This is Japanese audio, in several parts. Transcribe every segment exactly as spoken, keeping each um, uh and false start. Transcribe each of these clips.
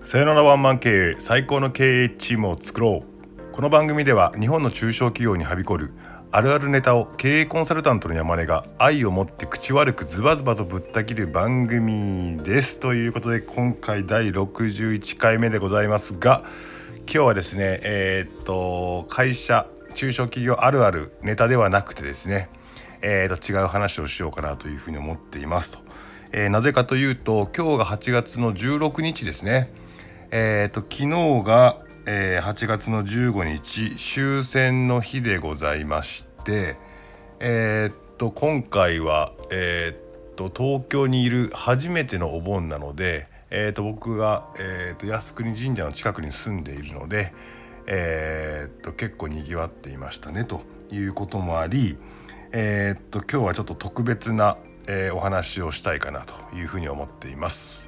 さよならワンマン経営、最高の経営チームを作ろう。この番組では日本の中小企業にはびこるあるあるネタを経営コンサルタントの山根が愛を持って口悪くズバズバとぶった切る番組です。ということで今回だいろくじゅういちかいめでございますが、今日はですねえー、っと会社中小企業あるあるネタではなくてですねえー、と違う話をしようかなというふうに思っていますと、えー、なぜかというと今日がはちがつのじゅうろくにちですね。えー、と昨日が、えー、はちがつのじゅうごにち終戦の日でございまして、えー、と今回は、えー、と東京にいる初めてのお盆なので、えー、と僕が、えー、と靖国神社の近くに住んでいるので、えー、と結構にぎわっていましたねということもあり、えー、っと今日はちょっと特別な、えー、お話をしたいかなというふうに思っています。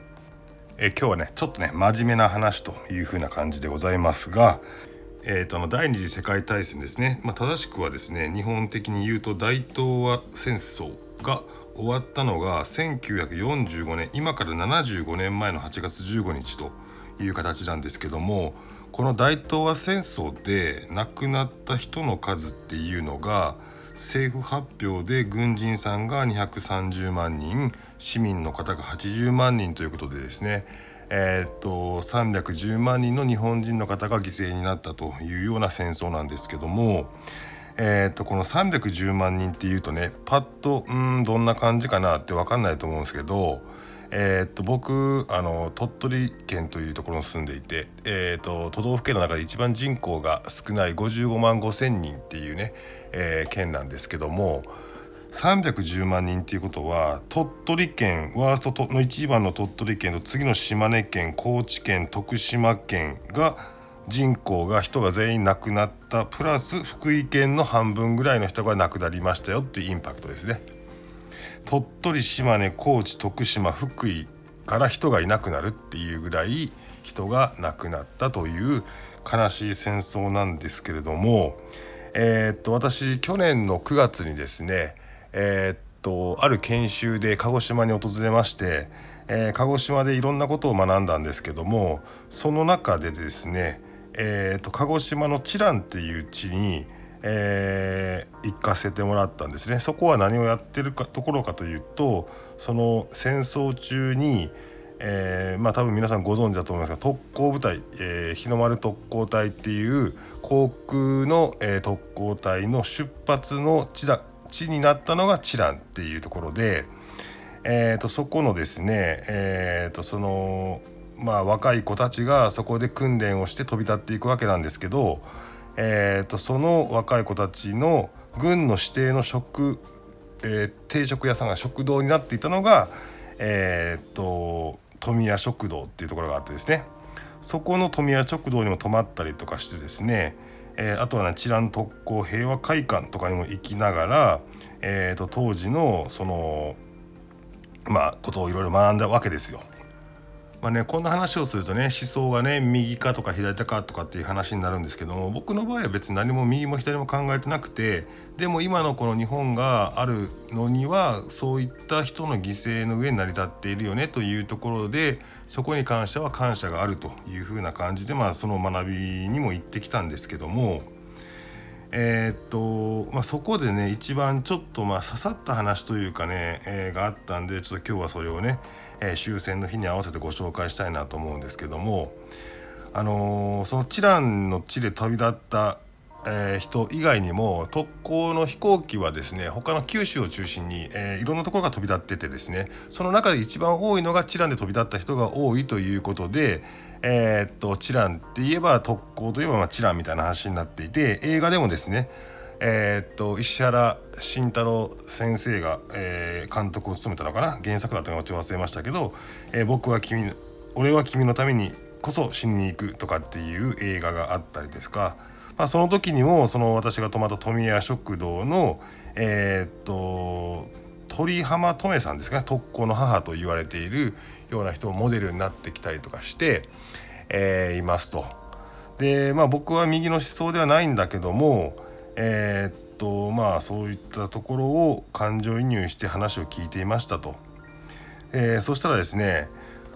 えー、今日はねちょっとね真面目な話というふうな感じでございますが、えー、とあの第二次世界大戦ですね、まあ、正しくはですね日本的に言うと大東亜戦争が終わったのがせんきゅうひゃくよんじゅうごねん、今からななじゅうごねんまえのはちがつじゅうごにちという形なんですけども、この大東亜戦争で亡くなった人の数っていうのが政府発表で軍人さんがにひゃくさんじゅうまんにん、市民の方がはちじゅうまんにんということでですね、えー、っとさんびゃくじゅうまんにんの日本人の方が犠牲になったというような戦争なんですけども、えー、っとこのさんびゃくじゅうまんにんっていうとねパッとうーんどんな感じかなって分かんないと思うんですけど、えー、っと僕あの鳥取県というところに住んでいて、えー、っと都道府県の中で一番人口が少ないごじゅうごまんごせんにんっていうね、えー、県なんですけども、さんびゃくじゅうまんにんっていうことは鳥取県ワーストのいちばんの鳥取県と次の島根県、高知県、徳島県が人口が人が全員亡くなったプラス福井県の半分ぐらいの人が亡くなりましたよっていうインパクトですね。鳥取、島根、高知、徳島、福井から人がいなくなるっていうぐらい人が亡くなったという悲しい戦争なんですけれども、えー、っと私去年のくがつにですねえー、っとある研修で鹿児島に訪れまして、えー、鹿児島でいろんなことを学んだんですけども、その中でですね、えー、っと鹿児島の知覧っていう地に、えー、行かせてもらったんですね。そこは何をやってるかところかというと、その戦争中にえー、まあ多分皆さんご存知だと思いますが特攻部隊、えー、日の丸特攻隊っていう航空の、えー、特攻隊の出発の地だ地になったのが知覧っていうところで、えー、とそこのですね、えー、とそのまあ若い子たちがそこで訓練をして飛び立っていくわけなんですけど、えー、とその若い子たちの軍の指定の食、えー、定食屋さんが食堂になっていたのが、えー、と富谷食堂っていうところがあってですね、そこの富谷食堂にも泊まったりとかしてですね、えー、あとはね知覧特攻平和会館とかにも行きながら、えー、と当時のそのまあことをいろいろ学んだわけですよ。まあね、こんな話をするとね思想がね右かとか左かとかっていう話になるんですけども、僕の場合は別に何も右も左も考えてなくて、でも今のこの日本があるのにはそういった人の犠牲の上に成り立っているよねというところで、そこに関しては感謝があるというふうな感じで、まあその学びにも行ってきたんですけども、えー、っとまあ、そこでね一番ちょっとまあ刺さった話というかね、えー、があったんで、ちょっと今日はそれをね、えー、終戦の日に合わせてご紹介したいなと思うんですけども、あのー、その知覧の地で飛び立った、えー、人以外にも特攻の飛行機はですね他の九州を中心に、えー、いろんなところが飛び立っててですね、その中で一番多いのが知覧で飛び立った人が多いということで、えー、っと知覧って言えば特攻といえばまあ知覧みたいな話になっていて、映画でもですねえー、っと石原慎太郎先生が、えー、監督を務めたのかな、原作だったのかちょっと忘れましたけど、えー、僕は君の俺は君のためにこそ死にに行くとかっていう映画があったりですか、まあ、その時にもその私が泊まった富谷食堂のえー、っと鳥浜留さんですかね、特攻の母と言われているような人もモデルになってきたりとかして、えー、いますと。でまあ僕は右の思想ではないんだけども、えー、っとまあそういったところを感情移入して話を聞いていましたと。えー、そしたらですね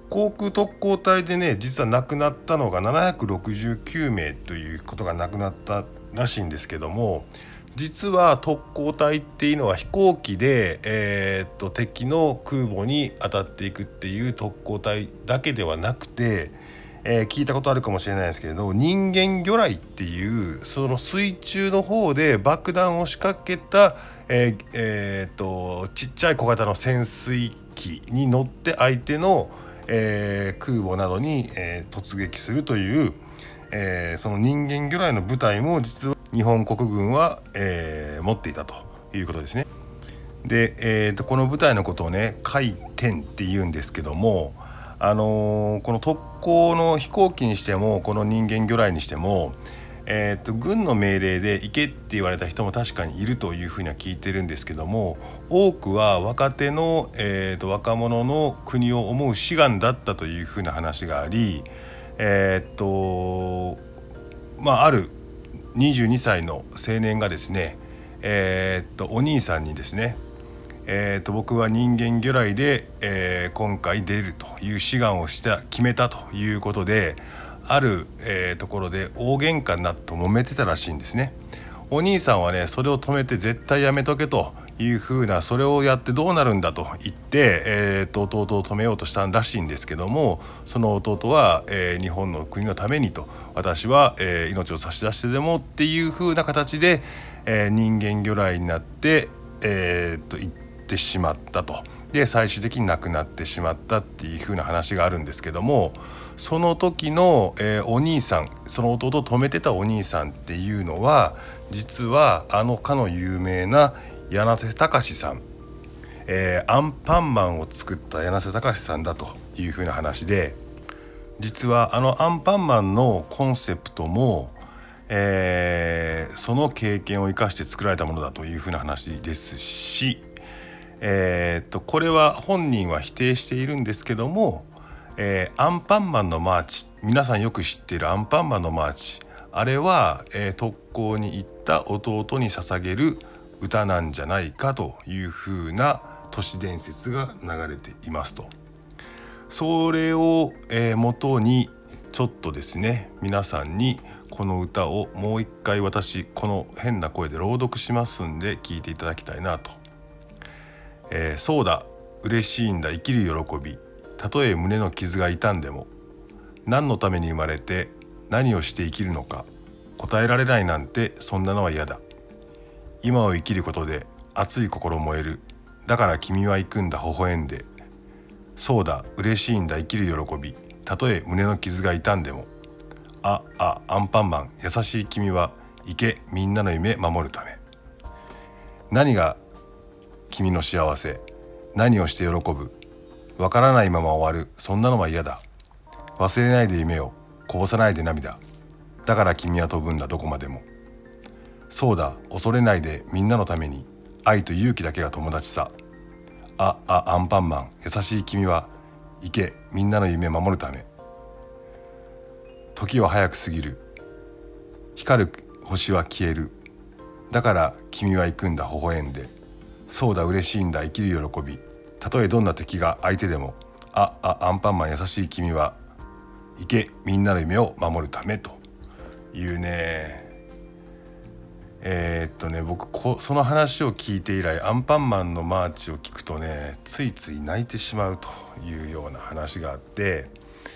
航空特攻隊でね実は亡くなったのがななひゃくろくじゅうきゅうめいということが亡くなったらしいんですけども、実は特攻隊っていうのは飛行機で、えー、っと敵の空母に当たっていくっていう特攻隊だけではなくて、えー、聞いたことあるかもしれないですけれど、人間魚雷っていうその水中の方で爆弾を仕掛けた、えーえー、っとちっちゃい小型の潜水機に乗って相手の、えー、空母などに、えー、突撃するという、えー、その人間魚雷の部隊も実は日本国軍は、えー、持っていたということですね。で、えー、とこの部隊のことをね海天って言うんですけども、あのー、この特攻の飛行機にしてもこの人間魚雷にしても、えー、と軍の命令で行けって言われた人も確かにいるというふうには聞いてるんですけども、多くは若手の、えー、と若者の国を思う志願だったというふうな話があり、えー、とまああるにじゅうにさいの青年がですね、えー、とお兄さんにですね、えー、と僕は人間魚雷で、えー、今回出るという志願をした決めたということで、ある、えー、ところで大喧嘩になって揉めてたらしいんですね。お兄さんはねそれを止めて絶対やめとけというふうな、それをやってどうなるんだと言って、えー、と弟を止めようとしたらしいんですけども、その弟は、えー、日本の国のためにと、私は、えー、命を差し出してでもっていうふうな形で、えー、人間魚雷になって、えー、と行ってしまったと。で最終的に亡くなってしまったっていう風な話があるんですけども、その時の、えー、お兄さん、その弟を止めてたお兄さんっていうのは実はあのかの有名な柳瀬隆さん、えー、アンパンマンを作った柳瀬隆さんだという風な話で、実はあのアンパンマンのコンセプトも、えー、その経験を生かして作られたものだという風な話ですし、えー、っとこれは本人は否定しているんですけども、えー、アンパンマンのマーチ、皆さんよく知っているアンパンマンのマーチ、あれは、えー、特攻に行った弟に捧げる歌なんじゃないかというふうな都市伝説が流れていますと。それを、えー、元にちょっとですね、皆さんにこの歌をもう一回私この変な声で朗読しますんで聞いていただきたいなと。えー、そうだ嬉しいんだ生きる喜び、たとえ胸の傷が痛んでも、何のために生まれて何をして生きるのか答えられないなんて、そんなのは嫌だ。今を生きることで熱い心燃える、だから君は行くんだ微笑んで。そうだ嬉しいんだ生きる喜び、たとえ胸の傷が痛んでも、ああアンパンマン優しい君は行けみんなの夢守るため。何が君の幸せ、何をして喜ぶ、わからないまま終わる、そんなのは嫌だ。忘れないで夢を、こぼさないで涙、だから君は飛ぶんだどこまでも。そうだ恐れないでみんなのために、愛と勇気だけが友達さ。ああアンパンマン優しい君は行けみんなの夢守るため。時は早く過ぎる、光る星は消える、だから君は行くんだ微笑んで。そうだ嬉しいんだ生きる喜び、たとえどんな敵が相手でも、ああアンパンマン優しい君は行けみんなの夢を守るためというね。えー、っとね僕こその話を聞いて以来アンパンマンのマーチを聞くとねついつい泣いてしまうというような話があって、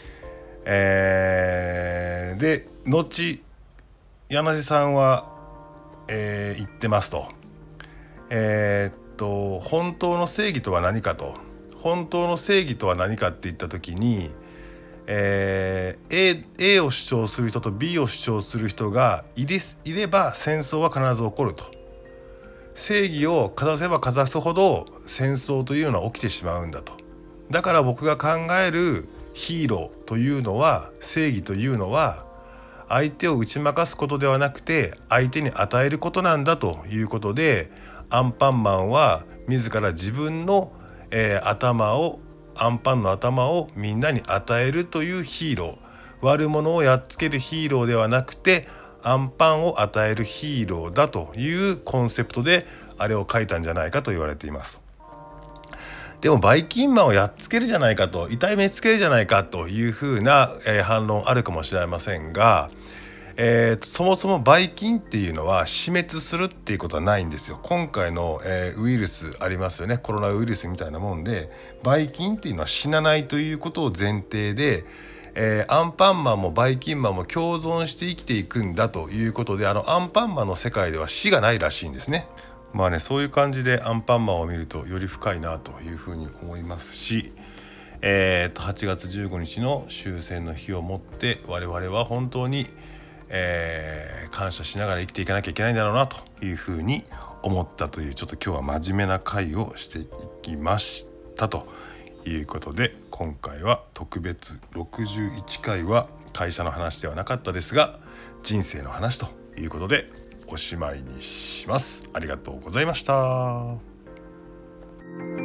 えー、で後柳瀬さんは、えー、言ってますと、えー、っと本当の正義とは何かと、本当の正義とは何かって言った時に、えー、A, A を主張する人と B を主張する人がい れ, いれば戦争は必ず起こると。正義をかざせばかざすほど戦争というのは起きてしまうんだと。だから僕が考えるヒーローというのは、正義というのは相手を打ち負かすことではなくて相手に与えることなんだということで、アンパンマンは自ら自分の、えー、頭をアンパンの頭をみんなに与えるというヒーロー、悪者をやっつけるヒーローではなくてアンパンを与えるヒーローだというコンセプトであれを書いたんじゃないかと言われています。 でもバイキンマンをやっつけるじゃないかと、痛い目つけるじゃないかというふうな、えー、反論あるかもしれませんが、えー、そもそもばい菌っていうのは死滅するっていうことはないんですよ。今回の、えー、ウイルスありますよね。コロナウイルスみたいなもんで、ばい菌っていうのは死なないということを前提で、えー、アンパンマンもばいきんまんも共存して生きていくんだということで、あのアンパンマンの世界では死がないらしいんですね。まあね、そういう感じでアンパンマンを見るとより深いなというふうに思いますし、えー、とはちがつじゅうごにちの終戦の日をもって我々は本当に、えー、感謝しながら生きていかなきゃいけないんだろうなというふうに思ったという、ちょっと今日は真面目な回をしていきましたということで、今回は特別ろくじゅういっかいは会社の話ではなかったですが人生の話ということでおしまいにします。ありがとうございました。